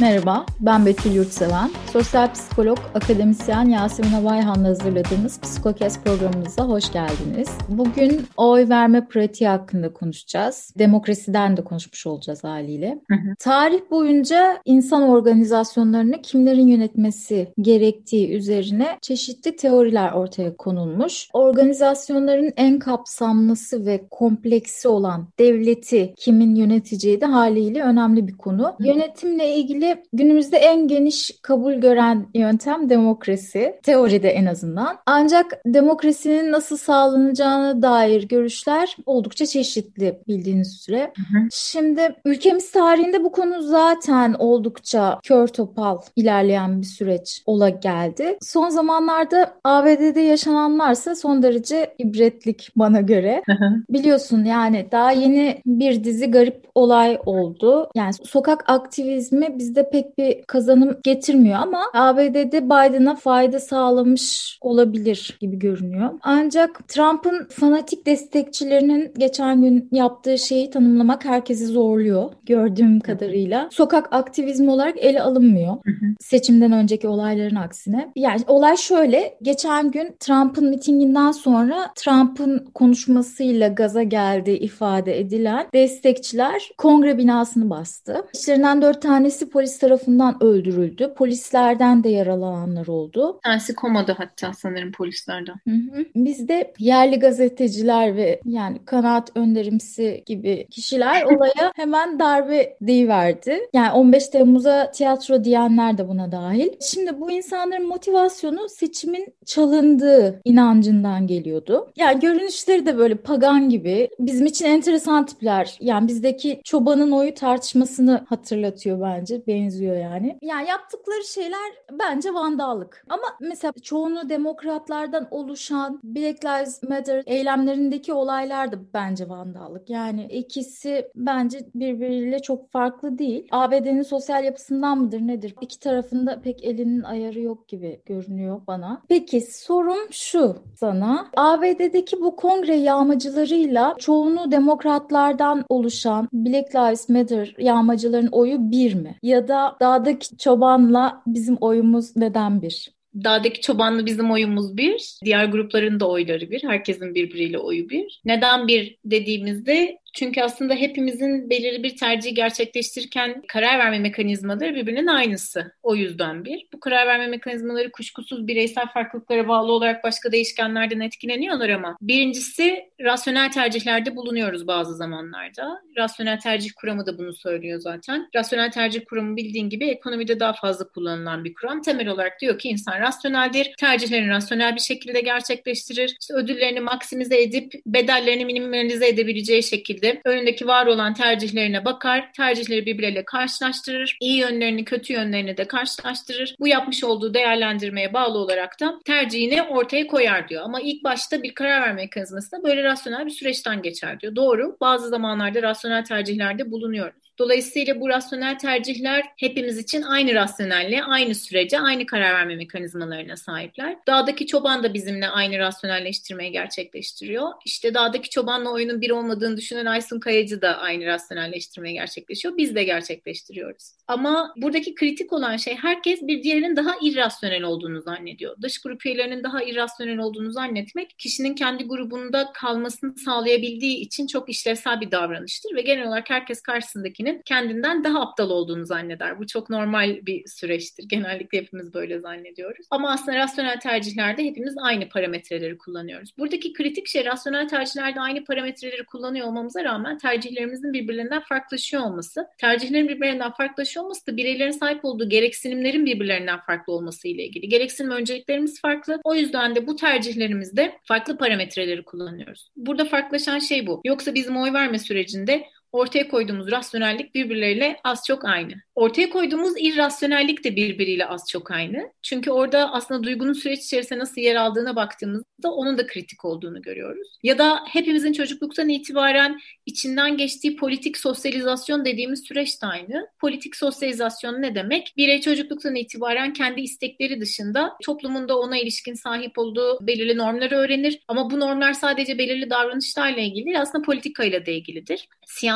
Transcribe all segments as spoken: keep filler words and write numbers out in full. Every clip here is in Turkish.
Merhaba, ben Betül Yurtseven. Sosyal psikolog, akademisyen Yasemin Abayhan'la hazırladığımız Psikokes programımıza hoş geldiniz. Bugün oy verme pratiği hakkında konuşacağız. Demokrasiden de konuşmuş olacağız haliyle. Hı hı. Tarih boyunca insan organizasyonlarını kimlerin yönetmesi gerektiği üzerine çeşitli teoriler ortaya konulmuş. Organizasyonların en kapsamlısı ve kompleksi olan devleti kimin yöneteceği de haliyle önemli bir konu. Hı. Yönetimle ilgili günümüzde en geniş kabul gören yöntem demokrasi. Teoride en azından. Ancak demokrasinin nasıl sağlanacağına dair görüşler oldukça çeşitli bildiğiniz üzere. Hı hı. Şimdi ülkemiz tarihinde bu konu zaten oldukça kör topal ilerleyen bir süreç ola geldi. Son zamanlarda A B D'de yaşananlarsa son derece ibretlik bana göre. Hı hı. Biliyorsun yani daha yeni bir dizi garip olay oldu. Yani sokak aktivizmi bizde pek bir kazanım getirmiyor ama A B D'de Biden'a fayda sağlamış olabilir gibi görünüyor. Ancak Trump'ın fanatik destekçilerinin geçen gün yaptığı şeyi tanımlamak herkesi zorluyor gördüğüm kadarıyla. Sokak aktivizmi olarak ele alınmıyor. Hı hı. Seçimden önceki olayların aksine. Yani olay şöyle, geçen gün Trump'ın mitinginden sonra Trump'ın konuşmasıyla gaza geldiği ifade edilen destekçiler kongre binasını bastı. İçlerinden dört tanesi polis tarafından öldürüldü. Polislerden de yaralananlar oldu. Bir tanesi komada hatta sanırım polislerden. Hı hı. Bizde yerli gazeteciler ve yani kanaat önderimsi gibi kişiler olaya hemen darbe deyiverdi. Yani on beş Temmuz'a tiyatro diyenler de buna dahil. Şimdi bu insanların motivasyonu seçimin çalındığı inancından geliyordu. Yani görünüşleri de böyle pagan gibi. Bizim için enteresan tipler. Yani bizdeki çobanın oyu tartışmasını hatırlatıyor bence. Benziyor yani. Yani yaptıkları şeyler bence vandallık. Ama mesela çoğunu demokratlardan oluşan Black Lives Matter eylemlerindeki olaylar da bence vandallık. Yani ikisi bence birbiriyle çok farklı değil. A B D'nin sosyal yapısından mıdır nedir? İki tarafında pek elinin ayarı yok gibi görünüyor bana. Peki sorum şu sana. A B D'deki bu kongre yağmacılarıyla çoğunu demokratlardan oluşan Black Lives Matter yağmacıların oyu bir mi? Ya da dağdaki çobanla bizim oyumuz neden bir? Dağdaki çobanlı bizim oyumuz bir, diğer grupların da oyları bir, herkesin birbiriyle oyu bir. Neden bir dediğimizde, çünkü aslında hepimizin belirli bir tercihi gerçekleştirirken karar verme mekanizmaları birbirinin aynısı. O yüzden bir. Bu karar verme mekanizmaları kuşkusuz bireysel farklılıklara bağlı olarak başka değişkenlerden etkileniyorlar ama birincisi rasyonel tercihlerde bulunuyoruz bazı zamanlarda. Rasyonel tercih kuramı da bunu söylüyor zaten. Rasyonel tercih kuramı bildiğin gibi ekonomide daha fazla kullanılan bir kuram. Temel olarak diyor ki insan rasyoneldir. Tercihlerini rasyonel bir şekilde gerçekleştirir. İşte ödüllerini maksimize edip bedellerini minimalize edebileceği şekilde önündeki var olan tercihlerine bakar. Tercihleri birbirleriyle karşılaştırır. İyi yönlerini, kötü yönlerini de karşılaştırır. Bu yapmış olduğu değerlendirmeye bağlı olarak da tercihini ortaya koyar diyor. Ama ilk başta bir karar verme mekanizması da böyle rasyonel bir süreçten geçer diyor. Doğru. Bazı zamanlarda rasyonel tercihlerde bulunuyoruz. Dolayısıyla bu rasyonel tercihler hepimiz için aynı rasyonelliğe, aynı sürece, aynı karar verme mekanizmalarına sahipler. Dağdaki çoban da bizimle aynı rasyonelleştirmeyi gerçekleştiriyor. İşte dağdaki çobanla oyunun bir olmadığını düşünen Aysun Kayacı da aynı rasyonelleştirmeyi gerçekleşiyor. Biz de gerçekleştiriyoruz. Ama buradaki kritik olan şey, herkes bir diğerinin daha irrasyonel olduğunu zannediyor. Dış grup üyelerinin daha irrasyonel olduğunu zannetmek, kişinin kendi grubunda kalmasını sağlayabildiği için çok işlevsel bir davranıştır ve genel olarak herkes karşısındakinin kendinden daha aptal olduğunu zanneder. Bu çok normal bir süreçtir. Genellikle hepimiz böyle zannediyoruz. Ama aslında rasyonel tercihlerde hepimiz aynı parametreleri kullanıyoruz. Buradaki kritik şey, rasyonel tercihlerde aynı parametreleri kullanıyor olmamıza rağmen tercihlerimizin birbirlerinden farklılaşıyor olması. Tercihlerin birbirlerinden farklılaşıyor olması da bireylerin sahip olduğu gereksinimlerin birbirlerinden farklı olması ile ilgili. Gereksinim önceliklerimiz farklı. O yüzden de bu tercihlerimizde farklı parametreleri kullanıyoruz. Burada farklılaşan şey bu. Yoksa bizim oy verme sürecinde ortaya koyduğumuz rasyonellik birbirleriyle az çok aynı. Ortaya koyduğumuz irrasyonellik de birbiriyle az çok aynı. Çünkü orada aslında duygunun süreç içerisinde nasıl yer aldığına baktığımızda onun da kritik olduğunu görüyoruz. Ya da hepimizin çocukluktan itibaren içinden geçtiği politik sosyalizasyon dediğimiz süreç de aynı. Politik sosyalizasyon ne demek? Birey çocukluktan itibaren kendi istekleri dışında toplumunda ona ilişkin sahip olduğu belirli normları öğrenir. Ama bu normlar sadece belirli davranışlarla ilgili değil, aslında politikayla da ilgilidir. Siyasi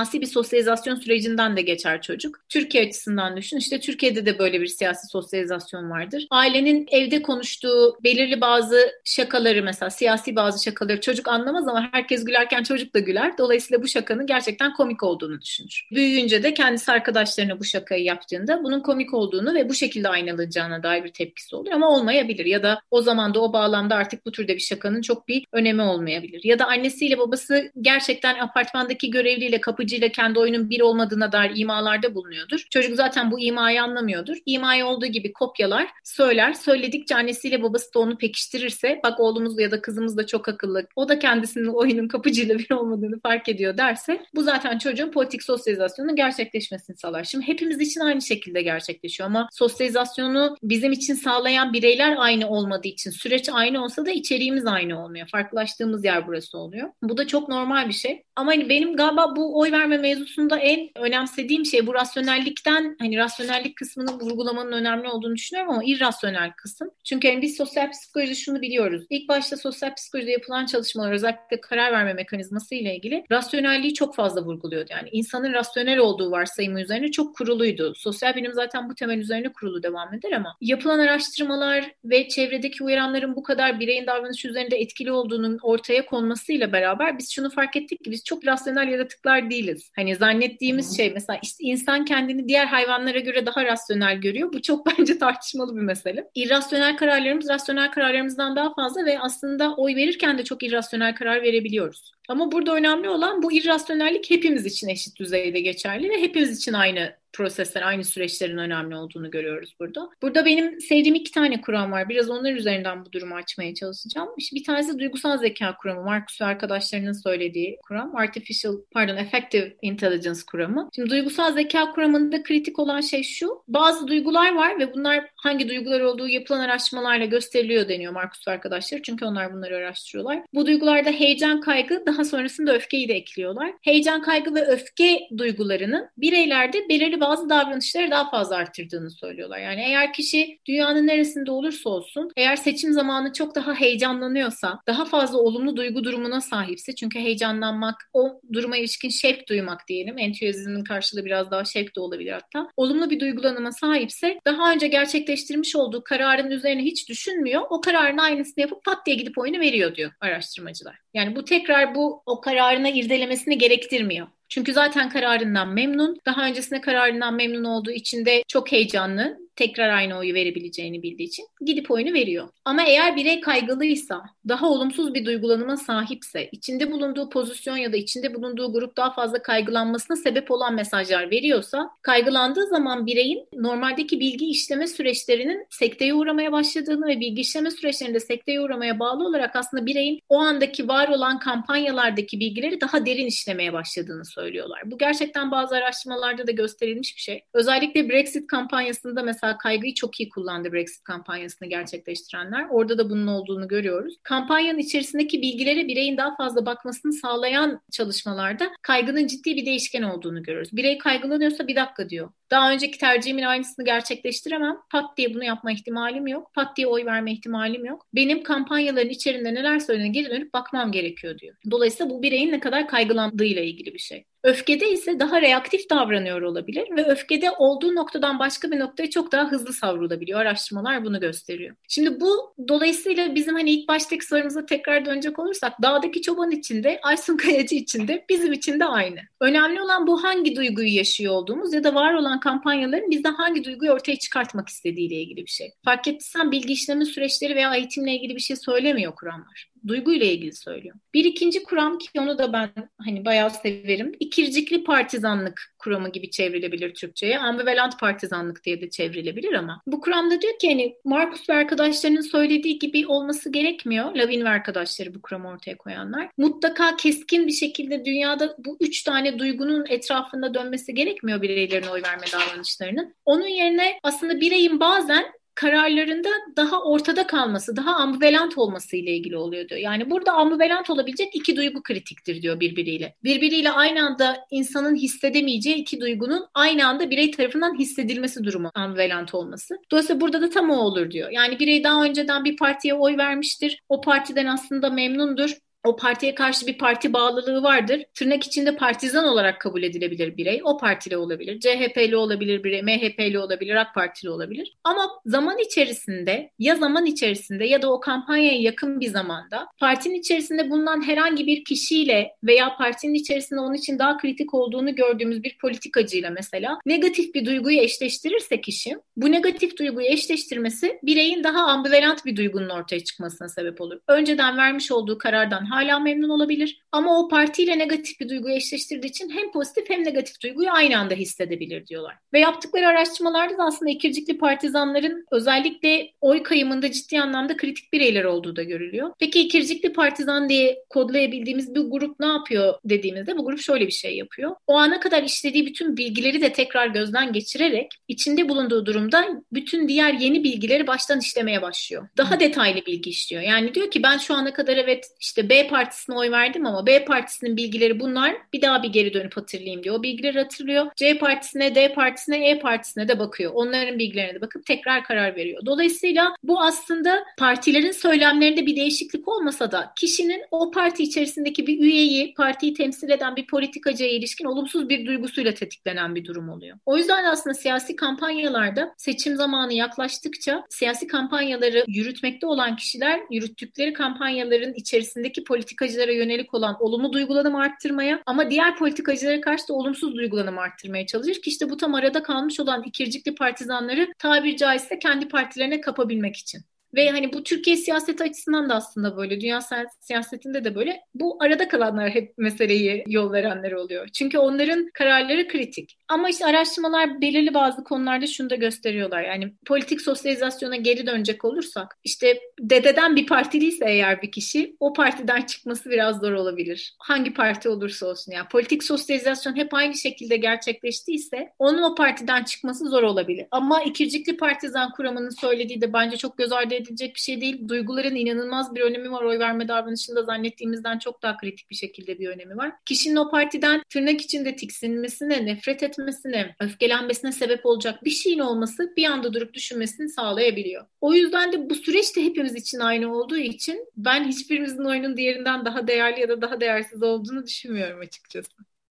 siyasi bir sosyalizasyon sürecinden de geçer çocuk. Türkiye açısından düşün. İşte Türkiye'de de böyle bir siyasi sosyalizasyon vardır. Ailenin evde konuştuğu belirli bazı şakaları, mesela siyasi bazı şakaları çocuk anlamaz ama herkes gülerken çocuk da güler. Dolayısıyla bu şakanın gerçekten komik olduğunu düşünür. Büyüyünce de kendisi arkadaşlarına bu şakayı yaptığında bunun komik olduğunu ve bu şekilde aynalanacağına dair bir tepkisi olur ama olmayabilir. Ya da o zaman da o bağlamda artık bu türde bir şakanın çok bir önemi olmayabilir. Ya da annesiyle babası gerçekten apartmandaki görevliyle, kapıcıyla kendi oyunun bir olmadığına dair imalarda bulunuyordur. Çocuk zaten bu imayı anlamıyordur. İmayı olduğu gibi kopyalar, söyler. Söyledikçe annesiyle babası da onu pekiştirirse, bak oğlumuz ya da kızımız da çok akıllı, o da kendisinin oyunun kapıcıyla bir olmadığını fark ediyor derse, bu zaten çocuğun politik sosyalizasyonun gerçekleşmesini sağlar. Şimdi hepimiz için aynı şekilde gerçekleşiyor ama sosyalizasyonu bizim için sağlayan bireyler aynı olmadığı için, süreç aynı olsa da içeriğimiz aynı olmuyor. Farklılaştığımız yer burası oluyor. Bu da çok normal bir şey. Ama hani benim galiba bu oy verme mevzusunda en önemsediğim şey bu rasyonellikten, hani rasyonellik kısmını vurgulamanın önemli olduğunu düşünüyorum ama irrasyonel kısım. Çünkü yani biz sosyal psikolojide şunu biliyoruz. İlk başta sosyal psikolojide yapılan çalışmalar özellikle karar verme mekanizması ile ilgili rasyonelliği çok fazla vurguluyordu. Yani insanın rasyonel olduğu varsayımı üzerine çok kuruluydu. Sosyal bilim zaten bu temel üzerine kurulu devam eder ama yapılan araştırmalar ve çevredeki uyaranların bu kadar bireyin davranışı üzerinde etkili olduğunun ortaya konmasıyla beraber biz şunu fark ettik ki biz çok rasyonel yaratıklar değiliz. Hani zannettiğimiz şey mesela işte insan kendini diğer hayvanlara göre daha rasyonel görüyor. Bu çok bence tartışmalı bir mesele. İrrasyonel kararlarımız rasyonel kararlarımızdan daha fazla ve aslında oy verirken de çok irrasyonel karar verebiliyoruz. Ama burada önemli olan bu irrasyonellik hepimiz için eşit düzeyde geçerli ve hepimiz için aynı prosesler, aynı süreçlerin önemli olduğunu görüyoruz burada. Burada benim sevdiğim iki tane kuram var. Biraz onlar üzerinden bu durumu açmaya çalışacağım. İşte bir tanesi duygusal zeka kuramı. Marcus ve arkadaşlarının söylediği kuram. Artificial, pardon, Affective Intelligence kuramı. Şimdi duygusal zeka kuramında kritik olan şey şu. Bazı duygular var ve bunlar hangi duygular olduğu yapılan araştırmalarla gösteriliyor deniyor Marcus ve arkadaşları. Çünkü onlar bunları araştırıyorlar. Bu duygularda heyecan, kaygı, daha sonrasında öfkeyi de ekliyorlar. Heyecan, kaygı ve öfke duygularının bireylerde belirli bazı davranışları daha fazla arttırdığını söylüyorlar. Yani eğer kişi dünyanın neresinde olursa olsun, eğer seçim zamanı çok daha heyecanlanıyorsa, daha fazla olumlu duygu durumuna sahipse, çünkü heyecanlanmak, o duruma ilişkin şevk duymak diyelim, entüzyazmin karşılığı biraz daha şevk de olabilir hatta, olumlu bir duygulanıma sahipse, daha önce gerçekleştirmiş olduğu kararın üzerine hiç düşünmüyor, o kararın aynısını yapıp pat diye gidip oyunu veriyor diyor araştırmacılar. Yani bu tekrar bu o kararına irdelemesini gerektirmiyor. Çünkü zaten kararından memnun. Daha öncesinde kararından memnun olduğu için de çok heyecanlı. Tekrar aynı oyu verebileceğini bildiği için gidip oyunu veriyor. Ama eğer birey kaygılıysa, daha olumsuz bir duygulanıma sahipse, içinde bulunduğu pozisyon ya da içinde bulunduğu grup daha fazla kaygılanmasına sebep olan mesajlar veriyorsa, kaygılandığı zaman bireyin normaldeki bilgi işleme süreçlerinin sekteye uğramaya başladığını ve bilgi işleme süreçlerinde sekteye uğramaya bağlı olarak aslında bireyin o andaki var olan kampanyalardaki bilgileri daha derin işlemeye başladığını söylüyorlar. Bu gerçekten bazı araştırmalarda da gösterilmiş bir şey. Özellikle Brexit kampanyasında mesela kaygıyı çok iyi kullandı Brexit kampanyasını gerçekleştirenler. Orada da bunun olduğunu görüyoruz. Kampanyanın içerisindeki bilgilere bireyin daha fazla bakmasını sağlayan çalışmalarda kaygının ciddi bir değişken olduğunu görüyoruz. Birey kaygılanıyorsa bir dakika diyor. Daha önceki tercihimin aynısını gerçekleştiremem. Pat diye bunu yapma ihtimalim yok. Pat diye oy verme ihtimalim yok. Benim kampanyaların içerisinde neler söylediğine geri dönüp bakmam gerekiyor diyor. Dolayısıyla bu bireyin ne kadar kaygılandığıyla ilgili bir şey. Öfkede ise daha reaktif davranıyor olabilir ve öfkede olduğu noktadan başka bir noktaya çok daha hızlı savrulabiliyor. Araştırmalar bunu gösteriyor. Şimdi bu dolayısıyla bizim hani ilk baştaki sorumuza tekrar dönecek olursak dağdaki çoban içinde, Aysun Kayacı içinde, bizim için de aynı. Önemli olan bu hangi duyguyu yaşıyor olduğumuz ya da var olan kampanyaların bizden hangi duyguyu ortaya çıkartmak istediğiyle ilgili bir şey. Fark ettiysen bilgi işleme süreçleri veya eğitimle ilgili bir şey söylemiyor kuramlar. Duyguyla ilgili söylüyor. Bir ikinci kuram ki onu da ben hani bayağı severim. İkircikli partizanlık kuramı gibi çevrilebilir Türkçe'ye. Ambivalent partizanlık diye de çevrilebilir ama. Bu kuramda diyor ki hani Marcus ve arkadaşlarının söylediği gibi olması gerekmiyor. Lavin ve arkadaşları bu kuramı ortaya koyanlar. Mutlaka keskin bir şekilde dünyada bu üç tane duygunun etrafında dönmesi gerekmiyor bireylerin oy verme davranışlarının. Onun yerine aslında bireyin bazen kararlarında daha ortada kalması, daha ambivalent olması ile ilgili oluyor diyor. Yani burada ambivalent olabilecek iki duygu kritiktir diyor birbiriyle. Birbiriyle aynı anda insanın hissedemeyeceği iki duygunun aynı anda birey tarafından hissedilmesi durumu ambivalent olması. Dolayısıyla burada da tam o olur diyor. Yani birey daha önceden bir partiye oy vermiştir. O partiden aslında memnundur. O partiye karşı bir parti bağlılığı vardır. Tırnak içinde partizan olarak kabul edilebilir birey. O partili olabilir. C H P'li olabilir birey, M H P'li olabilir, AK Partili olabilir. Ama zaman içerisinde ya zaman içerisinde ya da o kampanyaya yakın bir zamanda partinin içerisinde bulunan herhangi bir kişiyle veya partinin içerisinde onun için daha kritik olduğunu gördüğümüz bir politikacıyla mesela negatif bir duyguyu eşleştirirse kişi, bu negatif duyguyu eşleştirmesi bireyin daha ambivalent bir duygunun ortaya çıkmasına sebep olur. Önceden vermiş olduğu karardan hala memnun olabilir ama o partiyle negatif bir duyguyu eşleştirdiği için hem pozitif hem negatif duyguyu aynı anda hissedebilir diyorlar. Ve yaptıkları araştırmalarda da aslında ikircikli partizanların özellikle oy kayımında ciddi anlamda kritik bireyler olduğu da görülüyor. Peki ikircikli partizan diye kodlayabildiğimiz bir grup ne yapıyor dediğimizde bu grup şöyle bir şey yapıyor. O ana kadar işlediği bütün bilgileri de tekrar gözden geçirerek içinde bulunduğu durumda bütün diğer yeni bilgileri baştan işlemeye başlıyor. Daha detaylı bilgi işliyor. Yani diyor ki ben şu ana kadar evet işte B partisine oy verdim ama B partisinin bilgileri bunlar. Bir daha bir geri dönüp hatırlayayım diyor. O bilgileri hatırlıyor. C partisine, D partisine, E partisine de bakıyor. Onların bilgilerine de bakıp tekrar karar veriyor. Dolayısıyla bu aslında partilerin söylemlerinde bir değişiklik olmasa da kişinin o parti içerisindeki bir üyeyi, partiyi temsil eden bir politikacıya ilişkin olumsuz bir duygusuyla tetiklenen bir durum oluyor. O yüzden aslında siyasi kampanyalarda seçim zamanı yaklaştıkça siyasi kampanyaları yürütmekte olan kişiler yürüttükleri kampanyaların içerisindeki politikacılara yönelik olan olumlu duygulanımı arttırmaya ama diğer politikacılara karşı da olumsuz duygulanımı arttırmaya çalışır ki işte bu tam arada kalmış olan ikircikli partizanları tabiri caizse kendi partilerine kapabilmek için. Ve hani bu Türkiye siyaseti açısından da aslında böyle, dünya siyasetinde de böyle. Bu arada kalanlar hep meseleyi yol verenler oluyor. Çünkü onların kararları kritik. Ama işte araştırmalar belirli bazı konularda şunu da gösteriyorlar. Yani politik sosyalizasyona geri dönecek olursak, işte dededen bir partiliyse eğer bir kişi, o partiden çıkması biraz zor olabilir. Hangi parti olursa olsun yani. Politik sosyalizasyon hep aynı şekilde gerçekleştiyse onun o partiden çıkması zor olabilir. Ama ikircikli partizan kuramının söylediği de bence çok göz ardı edilecek bir şey değil. Duyguların inanılmaz bir önemi var. Oy verme davranışında zannettiğimizden çok daha kritik bir şekilde bir önemi var. Kişinin o partiden tırnak içinde tiksinmesine, nefret etmesine, öfkelenmesine sebep olacak bir şeyin olması bir anda durup düşünmesini sağlayabiliyor. O yüzden de bu süreç de hepimiz için aynı olduğu için ben hiçbirimizin oyunun diğerinden daha değerli ya da daha değersiz olduğunu düşünmüyorum açıkçası.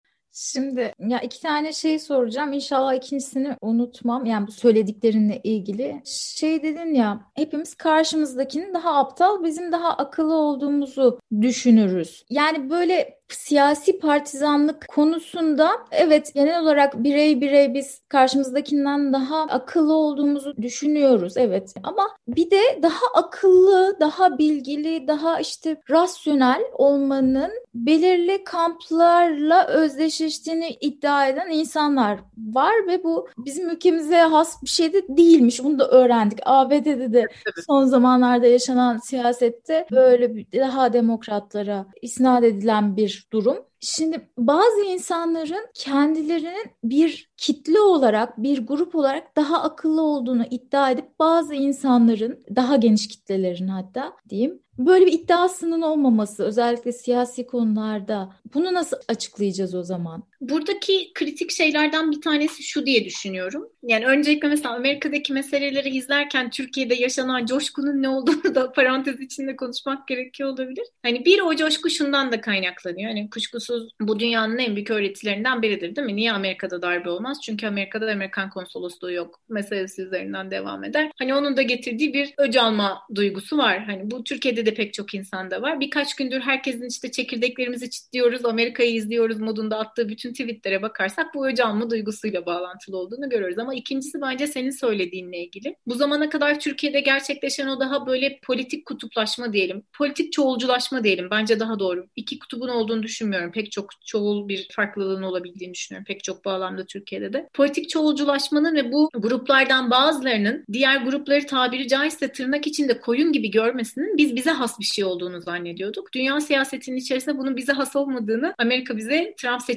Şimdi ya iki tane şey soracağım. İnşallah ikincisini unutmam. Yani bu söylediklerinle ilgili. Şey dedin ya, hepimiz karşımızdakinin daha aptal, bizim daha akıllı olduğumuzu düşünürüz. Yani böyle siyasi partizanlık konusunda evet, genel olarak birey birey biz karşımızdakinden daha akıllı olduğumuzu düşünüyoruz, evet. Ama bir de daha akıllı, daha bilgili, daha işte rasyonel olmanın belirli kamplarla özdeşleştiğini iddia eden insanlar var ve bu bizim ülkemize has bir şey de değilmiş. Bunu da öğrendik. A B D'de de son zamanlarda yaşanan siyasette böyle bir daha demokratlara isnat edilen bir durum. Şimdi bazı insanların kendilerinin bir kitle olarak, bir grup olarak daha akıllı olduğunu iddia edip bazı insanların, daha geniş kitlelerin hatta diyeyim, böyle bir iddiasının olmaması, özellikle siyasi konularda, bunu nasıl açıklayacağız o zaman? Buradaki kritik şeylerden bir tanesi şu diye düşünüyorum. Yani öncelikle mesela Amerika'daki meseleleri izlerken Türkiye'de yaşanan coşkunun ne olduğunu da parantez içinde konuşmak gerekiyor olabilir. Hani bir o coşku şundan da kaynaklanıyor. Hani kuşkusuz bu dünyanın en büyük öğretilerinden biridir, değil mi? Niye Amerika'da darbe olmaz? Çünkü Amerika'da Amerikan konsolosluğu yok meselesi üzerinden devam eder. Hani onun da getirdiği bir öc alma duygusu var. Hani bu Türkiye'de de pek çok insanda var. Birkaç gündür herkesin işte çekirdeklerimizi çitliyoruz, Amerika'yı izliyoruz modunda attığı bütün tweetlere bakarsak bu öc alma duygusuyla bağlantılı olduğunu görüyoruz. Ama ikincisi bence senin söylediğinle ilgili. Bu zamana kadar Türkiye'de gerçekleşen o daha böyle politik kutuplaşma diyelim, politik çoğulculaşma diyelim, bence daha doğru. İki kutubun olduğunu düşünmüyorum. Pek çok çoğul bir farklılığın olabildiğini düşünüyorum. Pek çok bağlamda Türkiye'de de. Politik çoğulculaşmanın ve bu gruplardan bazılarının diğer grupları tabiri caizse tırnak içinde koyun gibi görmesinin biz bize has bir şey olduğunu zannediyorduk. Dünya siyasetinin içerisinde bunun bize has olmadığını Amerika bize Trump seçildiğinden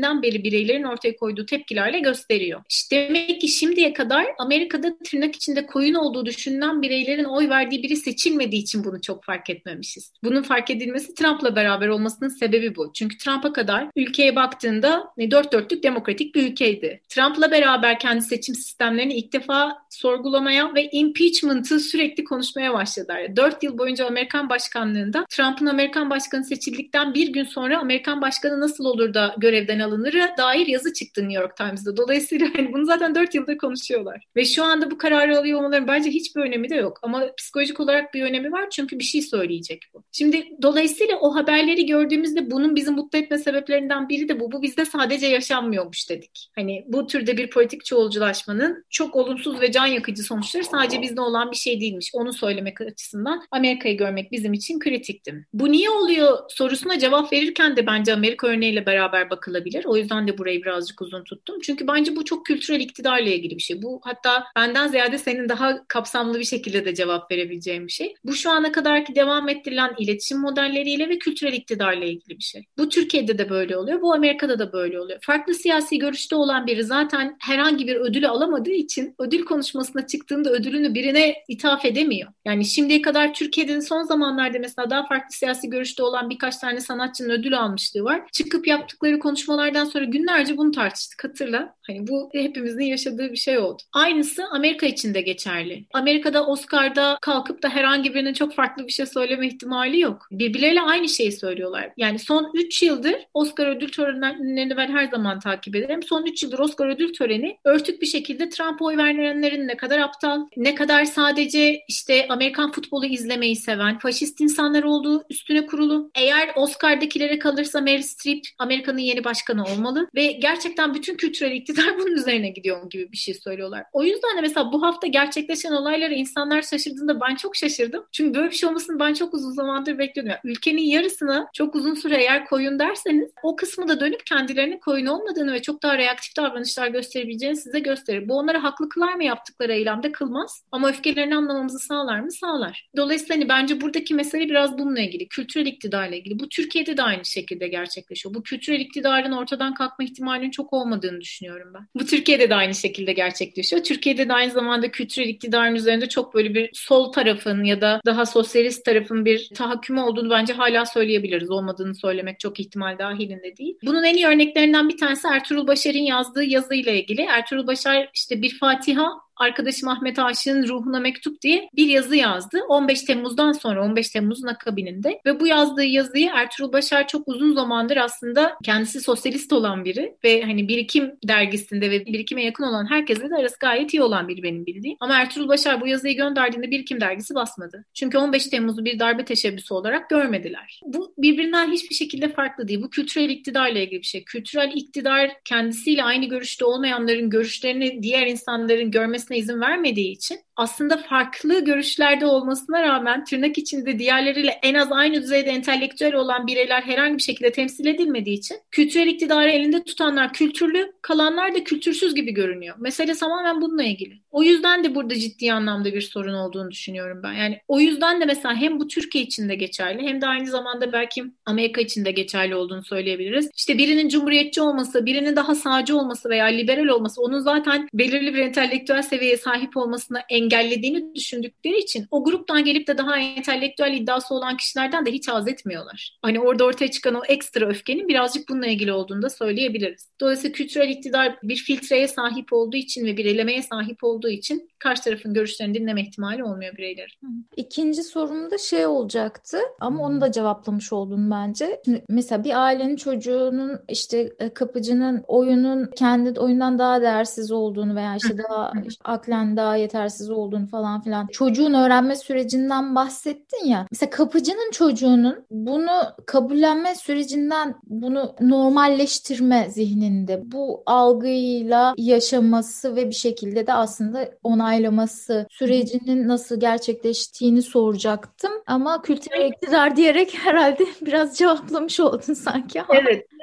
döneminden beri bireylerin ortaya koyduğu tepkilerle gösteriyor. İşte demek ki şimdiye kadar Amerika'da tırnak içinde koyun olduğu düşünülen bireylerin oy verdiği biri seçilmediği için bunu çok fark etmemişiz. Bunun fark edilmesi Trump'la beraber olmasının sebebi bu. Çünkü Trump'a kadar ülkeye baktığında dört dörtlük demokratik bir ülkeydi. Trump'la beraber kendi seçim sistemlerini ilk defa sorgulamaya ve impeachment'ı sürekli konuşmaya başladılar. Dört yıl boyunca Amerikan başkanlığında Trump'ın Amerikan başkanı seçildikten bir gün sonra Amerikan başkanı nasıl olur da görevden alınır'a dair yazı çıktı New York Times'da. Dolayısıyla hani bunu zaten dört yıldır konuşuyorlar. Ve şu anda bu kararı alıyor olmaların bence hiçbir önemi de yok. Ama psikolojik olarak bir önemi var çünkü bir şey söyleyecek bu. Şimdi dolayısıyla o haberleri gördüğümüzde bunun bizi mutlu etme sebeplerinden biri de bu. Bu bizde sadece yaşanmıyormuş dedik. Hani bu türde bir politik çoğulculaşmanın çok olumsuz ve can yakıcı sonuçları sadece bizde olan bir şey değilmiş. Onu söylemek açısından Amerika'yı görmek bizim için kritikti. Bu niye oluyor sorusuna cevap verirken de bence Amerika örneğiyle beraber bakılabilir. O yüzden de burayı birazcık uzun tuttum. Çünkü bence bu çok kültürel iktidarla ilgili bir şey. Bu hatta benden ziyade senin daha kapsamlı bir şekilde de cevap verebileceğin bir şey. Bu şu ana kadarki devam ettirilen iletişim modelleriyle ve kültürel iktidarla ilgili bir şey. Bu Türkiye'de de böyle oluyor. Bu Amerika'da da böyle oluyor. Farklı siyasi görüşte olan biri zaten herhangi bir ödülü alamadığı için ödül konuşmasına çıktığında ödülünü birine ithaf edemiyor. Yani şimdiye kadar Türkiye'de son zamanlarda mesela daha farklı siyasi görüşte olan birkaç tane sanatçının ödül almışlığı var. Çıkıp yaptıkları konuşmalardan sonra günlerce bunu tartıştık. Hatırla. Hani bu hepimizin yaşadığı bir şey oldu. Aynısı Amerika için de geçerli. Amerika'da Oscar'da kalkıp da herhangi birinin çok farklı bir şey söyleme ihtimali yok. Birbirleriyle aynı şeyi söylüyorlar. Yani son üç yıldır Oscar ödül törenlerini ben her zaman takip ederim. Son üç yıldır Oscar ödül töreni örtük bir şekilde Trump'a oy verenlerin ne kadar aptal, ne kadar sadece işte Amerikan futbolu izlemeyi seven, faşist insanlar olduğu üstüne kurulu. Eğer Oscar'dakilere kalırsa Meryl Streep Amerika'nın yeni başkanı olmalı ve gerçekten bütün kültürel iktidar bunun üzerine gidiyor gibi bir şey söylüyorlar. O yüzden de mesela bu hafta gerçekleşen olaylara insanlar şaşırdığında ben çok şaşırdım. Çünkü böyle bir şey olmasını ben çok uzun zamandır bekliyordum. Yani ülkenin yarısına çok uzun süre eğer koyun derseniz o kısmı da dönüp kendilerinin koyun olmadığını ve çok daha reaktif davranışlar gösterebileceğini size gösterir. Bu onları haklı kılar mı yaptıkları eylemde? Kılmaz. Ama öfkelerini anlamamızı sağlar mı? Sağlar. Dolayısıyla hani bence buradaki mesele biraz bununla ilgili. Kültürel iktidarla ilgili. Bu Türkiye'de de aynı şekilde gerçekleşiyor. Bu kültürel iktidarın ortadan kalkma ihtimalinin çok olmadığını düşünüyorum ben. Bu Türkiye'de de aynı şekilde gerçekleşiyor. Türkiye'de de aynı zamanda kültürel iktidarın üzerinde çok böyle bir sol tarafın ya da daha sosyalist tarafın bir tahakkümü olduğunu bence hala söyleyebiliriz. Olmadığını söylemek çok ihtimal dahilinde değil. Bunun en iyi örneklerinden bir tanesi Ertuğrul Başar'ın yazdığı yazıyla ilgili. Ertuğrul Başar işte bir Fatiha, arkadaşım Ahmet Aşık'ın ruhuna mektup diye bir yazı yazdı. on beş Temmuz'dan sonra, on beş Temmuz'un akabininde ve bu yazdığı yazıyı Ertuğrul Başar çok uzun zamandır aslında kendisi sosyalist olan biri ve hani Birikim dergisinde ve Birikim'e yakın olan herkesle de arası gayet iyi olan biri benim bildiğim. Ama Ertuğrul Başar bu yazıyı gönderdiğinde Birikim dergisi basmadı. Çünkü on beş Temmuz'u bir darbe teşebbüsü olarak görmediler. Bu birbirinden hiçbir şekilde farklı değil. Bu kültürel iktidarla ilgili bir şey. Kültürel iktidar kendisiyle aynı görüşte olmayanların görüşlerini diğer insanların görmesi izin vermediği için aslında farklı görüşlerde olmasına rağmen tırnak içinde diğerleriyle en az aynı düzeyde entelektüel olan bireyler herhangi bir şekilde temsil edilmediği için kültürel iktidarı elinde tutanlar kültürlü, kalanlar da kültürsüz gibi görünüyor. Mesele tamamen bununla ilgili. O yüzden de burada ciddi anlamda bir sorun olduğunu düşünüyorum ben. Yani o yüzden de mesela hem bu Türkiye için de geçerli hem de aynı zamanda belki Amerika için de geçerli olduğunu söyleyebiliriz. İşte birinin cumhuriyetçi olması, birinin daha sağcı olması veya liberal olması onun zaten belirli bir entelektüel seviyeye sahip olmasına engellediğini düşündükleri için o gruptan gelip de daha entelektüel iddiası olan kişilerden de hiç haz etmiyorlar. Hani orada ortaya çıkan o ekstra öfkenin birazcık bununla ilgili olduğunu da söyleyebiliriz. Dolayısıyla kültürel iktidar bir filtreye sahip olduğu için ve bir elemeye sahip olduğu için karşı tarafın görüşlerini dinleme ihtimali olmuyor bireylerin. İkinci sorum da şey olacaktı ama onu da cevaplamış oldun bence. Şimdi mesela bir ailenin çocuğunun işte kapıcının oyunun kendi oyundan daha değersiz olduğunu veya işte daha işte aklen daha yetersiz olduğunu falan filan çocuğun öğrenme sürecinden bahsettin ya. Mesela kapıcının çocuğunun bunu kabullenme sürecinden bunu normalleştirme zihninde bu algıyla yaşaması ve bir şekilde de aslında onaylaması sürecinin nasıl gerçekleştiğini soracaktım. Ama kültürel iktidar diyerek herhalde biraz cevaplamış oldun sanki. Evet.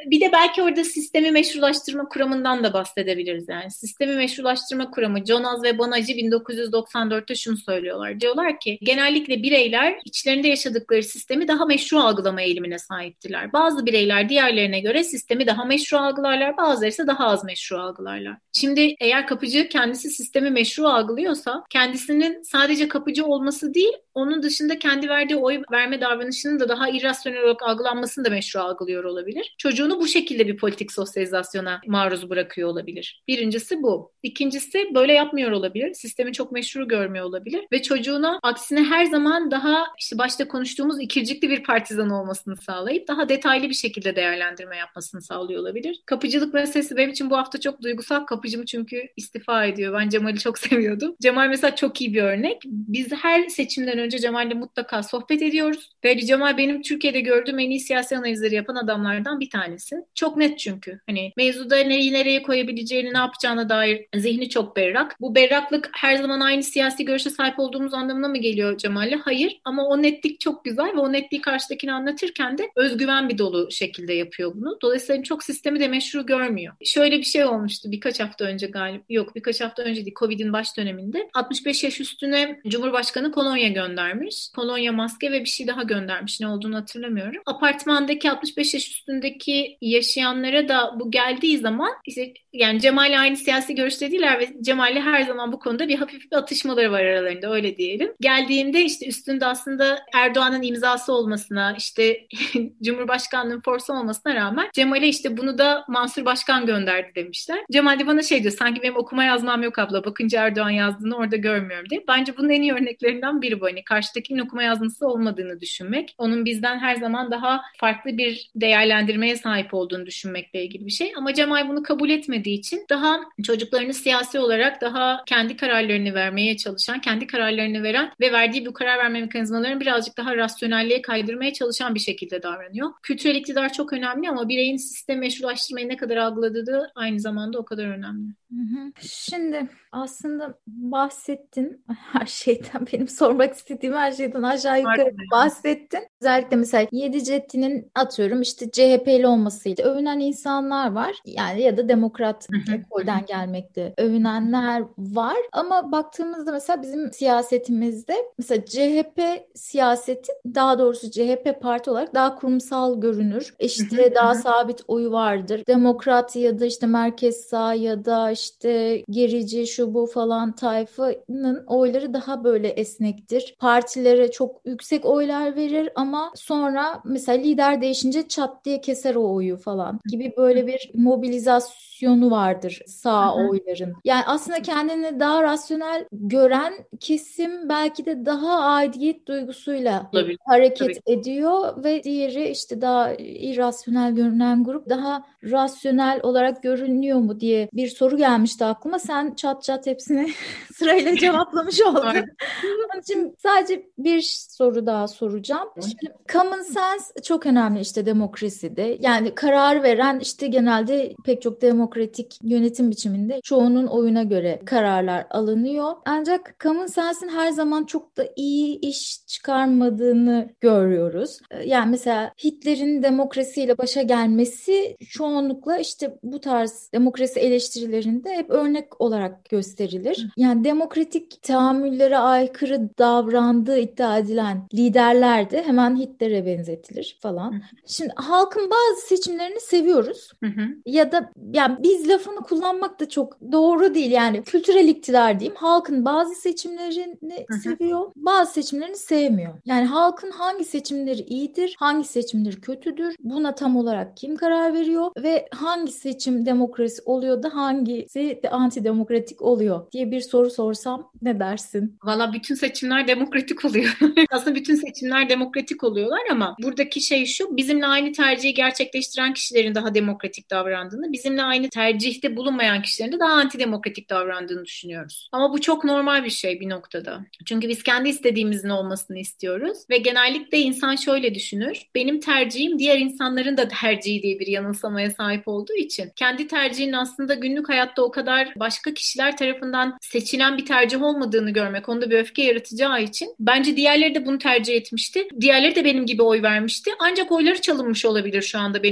Bir de belki orada sistemi meşrulaştırma kuramından da bahsedebiliriz. Yani sistemi meşrulaştırma kuramı Jonas ve Banaji bin dokuz yüz doksan dörtte şunu söylüyorlar. Diyorlar ki genellikle bireyler içlerinde yaşadıkları sistemi daha meşru algılama eğilimine sahiptiler. Bazı bireyler diğerlerine göre sistemi daha meşru algılarlar, bazıları ise daha az meşru algılarlar. Şimdi eğer kapıcı kendisi sistemi meşru algılıyorsa kendisinin sadece kapıcı olması değil, onun dışında kendi verdiği oy verme davranışının da daha irrasyonel olarak algılanmasını da meşru algılıyor olabilir. Çocuğunu bu şekilde bir politik sosyalizasyona maruz bırakıyor olabilir. Birincisi bu. İkincisi böyle yapmıyor olabilir. Sistemi çok meşru görmüyor olabilir. Ve çocuğuna aksine her zaman daha işte başta konuştuğumuz ikircikli bir partizan olmasını sağlayıp daha detaylı bir şekilde değerlendirme yapmasını sağlıyor olabilir. Kapıcılık meselesi benim için bu hafta çok duygusal. Kapıcım çünkü istifa ediyor. Ben Cemal'i çok seviyordum. Cemal mesela çok iyi bir örnek. Biz her seçimden önce Cemal'le mutlaka sohbet ediyoruz. Ve Cemal benim Türkiye'de gördüğüm en iyi siyasi analizleri yapan adamlardan bir tanesi. Çok net çünkü. Hani mevzuda neyi nereye koyabileceğini, ne yapacağına dair zihni çok berrak. Bu berraklık her zaman aynı siyasi görüşe sahip olduğumuz anlamına mı geliyor Cemal'le? Hayır. Ama o netlik çok güzel ve o netliği karşıdakini anlatırken de özgüven bir dolu şekilde yapıyor bunu. Dolayısıyla çok sistemi de meşru görmüyor. Şöyle bir şey olmuştu birkaç hafta önce galiba. Yok birkaç hafta önce değil. Covid'in baş döneminde. altmış beş yaş üstüne Cumhurbaşkanı kolonya göndermiş. Kolonya, maske ve bir şey daha göndermiş. Ne olduğunu hatırlamıyorum. Apartmandaki altmış beş yaş üstündeki yaşayanlara da bu geldiği zaman işte yani Cemal'le aynı siyasi görüşte değiller ve Cemal'le her zaman bu konuda bir hafif bir atışmaları var aralarında, öyle diyelim. Geldiğinde işte üstünde aslında Erdoğan'ın imzası olmasına, işte Cumhurbaşkanlığının forsu olmasına rağmen Cemal'e işte bunu da Mansur Başkan gönderdi demişler. Cemal de bana şey diyor, sanki benim okuma yazmam yok abla, bakınca Erdoğan yazdığını orada görmüyorum diye. Bence bunun en iyi örneklerinden biri bu. Hani karşıdakinin okuma yazması olmadığını düşünmek, onun bizden her zaman daha farklı bir değerlendirmeye sahip olduğunu düşünmekle ilgili bir şey. Ama Cemal bunu kabul etmediği için daha çocuklarını siyasi olarak daha kendi kararlarını vermeye çalışan, kendi kararlarını veren ve verdiği bu karar verme mekanizmalarını birazcık daha rasyonelliğe kaydırmaya çalışan bir şekilde davranıyor. Kültürel iktidar çok önemli ama bireyin sistemi meşrulaştırmayı ne kadar algıladığı da aynı zamanda o kadar önemli. Hı hı. Şimdi aslında bahsettin her şeyden, benim sormak istediğim her şeyden aşağı yukarı bahsettin. Özellikle mesela Yedicettin'in atıyorum işte C H P'li olmasıyla övünen insanlar var. Yani ya da demokrat ekolden gelmekle övünenler var. Ama baktığımızda mesela bizim siyasetimizde mesela C H P siyaseti, daha doğrusu C H P parti olarak daha kurumsal görünür. İşte daha sabit oyu vardır. Demokrat ya da işte merkez sağ ya da işte gerici şu bu falan tayfanın oyları daha böyle esnektir. Partilere çok yüksek oylar verir ama sonra mesela lider değişince çat diye keser o oyu falan gibi böyle bir mobilizasyonu vardır sağ Hı-hı. oyların. Yani aslında kendini daha rasyonel gören kesim belki de daha aidiyet duygusuyla Olabilir. hareket Tabii. ediyor ve diğeri işte daha irrasyonel görünen grup daha rasyonel olarak görünüyor mu diye bir soru gelmişti aklıma. Sen çat çat hepsini sırayla cevaplamış oldun. Onun için sadece bir soru daha soracağım. Şimdi common sense çok önemli işte demokraside. Yani karar veren işte genelde pek çok demokratik yönetim biçiminde çoğunun oyuna göre kararlar alınıyor. Ancak common sense'in her zaman çok da iyi iş çıkarmadığını görüyoruz. Yani mesela Hitler'in demokrasiyle başa gelmesi çoğunlukla işte bu tarz demokrasi eleştirilerinde hep örnek olarak gösterilir. Yani demokratik tahammüllere aykırı davrandığı iddia edilen liderler de hemen Hitler'e benzetilir falan. Şimdi halkın bazı seçimlerini seviyoruz. Hı hı. Ya da yani biz lafını kullanmak da çok doğru değil. Yani kültürel iktidar diyeyim. Halkın bazı seçimlerini hı hı. seviyor, bazı seçimlerini sevmiyor. Yani halkın hangi seçimleri iyidir, hangi seçimleri kötüdür? Buna tam olarak kim karar veriyor ve hangi seçim demokrasi oluyor da hangisi de antidemokratik oluyor diye bir soru sorsam ne dersin? Valla bütün seçimler demokratik oluyor. Aslında bütün seçimler demokratik oluyorlar ama buradaki şey şu: bizimle aynı tercihi gerçekleştiren kişilerin daha demokratik davrandığını, bizimle aynı tercihte bulunmayan kişilerin de daha antidemokratik davrandığını düşünüyoruz. Ama bu çok normal bir şey bir noktada. Çünkü biz kendi istediğimizin olmasını istiyoruz ve genellikle insan şöyle düşünür: benim tercihim diğer insanların da tercihi diye bir yanılsamaya sahip olduğu için kendi tercihinin aslında günlük hayatta o kadar başka kişiler tarafından seçilen bir tercih olmadığını görmek onda bir öfke yaratacağı için bence diğerleri de bunu tercih etmişti. Diğerleri de benim gibi oy vermişti. Ancak oyları çalınmış olabilir şu anda benim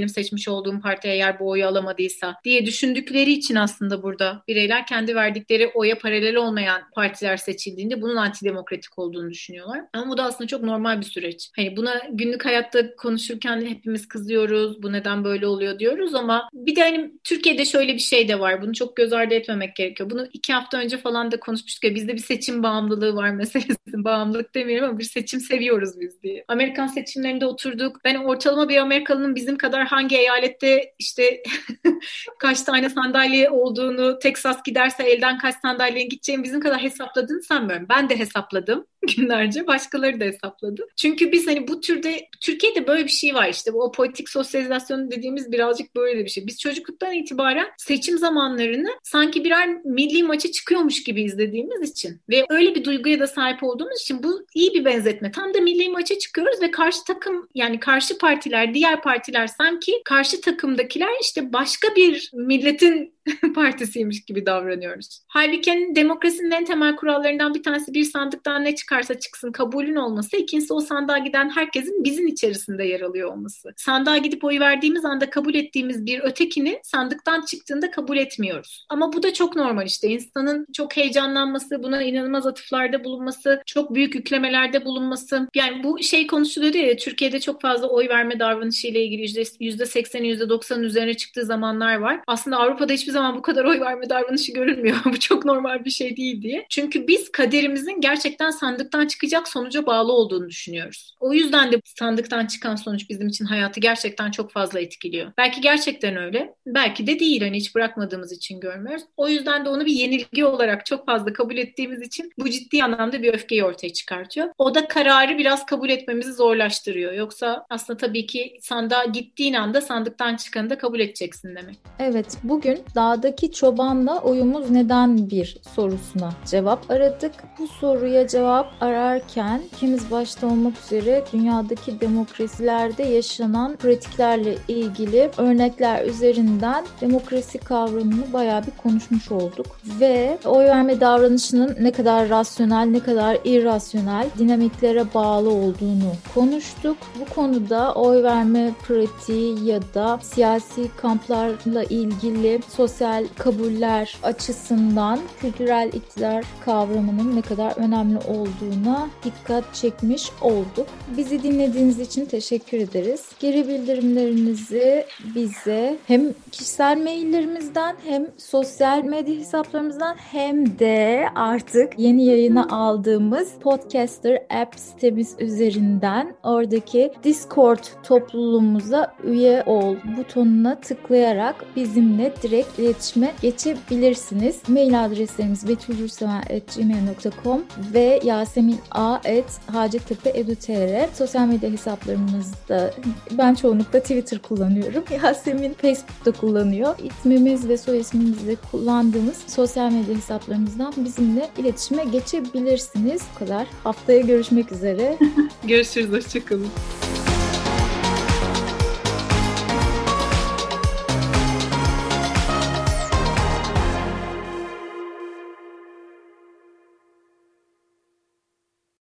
benim seçmiş olduğum parti eğer bu oyu alamadıysa diye düşündükleri için aslında burada bireyler kendi verdikleri oya paralel olmayan partiler seçildiğinde bunun antidemokratik olduğunu düşünüyorlar. Ama bu da aslında çok normal bir süreç. Hani buna günlük hayatta konuşurken hepimiz kızıyoruz. Bu neden böyle oluyor diyoruz ama bir de hani Türkiye'de şöyle bir şey de var. Bunu çok göz ardı etmemek gerekiyor. Bunu iki hafta önce falan da konuşmuştuk ya, bizde bir seçim bağımlılığı var meselesi. Bağımlılık demiyorum ama bir seçim seviyoruz biz diye. Amerikan seçimlerinde oturduk. Ben ortalama bir Amerikalının bizim kadar hangi eyalette işte kaç tane sandalye olduğunu, Texas giderse elden kaç sandalyenin gideceğini bizim kadar hesapladığını sanmıyorum. Ben de hesapladım günlerce. Başkaları da hesapladı. Çünkü biz hani bu türde, Türkiye'de böyle bir şey var işte. Bu o politik sosyalizasyon dediğimiz birazcık böyle bir şey. Biz çocukluktan itibaren seçim zamanlarını sanki birer milli maça çıkıyormuş gibi izlediğimiz için ve öyle bir duyguya da sahip olduğumuz için bu iyi bir benzetme. Tam da milli maça çıkıyoruz ve karşı takım, yani karşı partiler, diğer partiler sanki karşı takımdakiler işte başka bir milletin partisiymiş gibi davranıyoruz. Halbuki demokrasinin en temel kurallarından bir tanesi bir sandıktan ne çıkarsa çıksın kabulün olması, ikincisi o sandığa giden herkesin bizim içerisinde yer alıyor olması. Sandığa gidip oy verdiğimiz anda kabul ettiğimiz bir ötekini sandıktan çıktığında kabul etmiyoruz. Ama bu da çok normal işte. İnsanın çok heyecanlanması, buna inanılmaz atıflarda bulunması, çok büyük yüklemelerde bulunması. Yani bu şey konuşuluyor ya, Türkiye'de çok fazla oy verme davranışı ile ilgili yüzde sekseni yüzde doksanın üzerine çıktığı zamanlar var. Aslında Avrupa'da hiçbir zaman bu kadar oy verme davranışı görülmüyor. Bu çok normal bir şey değil diye. Çünkü biz kaderimizin gerçekten sandıktan çıkacak sonuca bağlı olduğunu düşünüyoruz. O yüzden de sandıktan çıkan sonuç bizim için hayatı gerçekten çok fazla etkiliyor. Belki gerçekten öyle, belki de değil. Hani hiç bırakmadığımız için görmüyoruz. O yüzden de onu bir yenilgi olarak çok fazla kabul ettiğimiz için bu ciddi anlamda bir öfkeyi ortaya çıkartıyor. O da kararı biraz kabul etmemizi zorlaştırıyor. Yoksa aslında tabii ki sandığa gittiğin anda sandıktan çıkanı da kabul edeceksin demek. Evet, bugün dağdaki çobanla oyumuz neden bir sorusuna cevap aradık. Bu soruya cevap ararken ikimiz başta olmak üzere dünyadaki demokrasilerde yaşanan pratiklerle ilgili örnekler üzerinden demokrasi kavramını bayağı bir konuşmuş olduk. Ve oy verme davranışının ne kadar rasyonel, ne kadar irrasyonel dinamiklere bağlı olduğunu konuştuk. Bu konuda oy verme pratiği ya da siyasi kamplarla ilgili sosyal kabuller açısından kültürel iktidar kavramının ne kadar önemli olduğuna dikkat çekmiş olduk. Bizi dinlediğiniz için teşekkür ederiz. Geri bildirimlerinizi bize hem kişisel maillerimizden hem sosyal medya hesaplarımızdan hem de artık yeni yayına aldığımız Podcaster app sitemiz üzerinden oradaki Discord topluluğumuza üye ol butonuna tıklayarak bizimle direkt iletişime geçebilirsiniz. Mail adreslerimiz betülgürseven at gmail nokta com ve yasemin a at hacettepe nokta edu nokta tr. Sosyal medya hesaplarımızda ben çoğunlukla Twitter kullanıyorum. Yasemin Facebook'ta kullanıyor. İsmimiz ve soy ismimizle kullandığımız sosyal medya hesaplarımızdan bizimle iletişime geçebilirsiniz. Bu kadar. Haftaya görüşmek üzere. Görüşürüz. Hoşçakalın.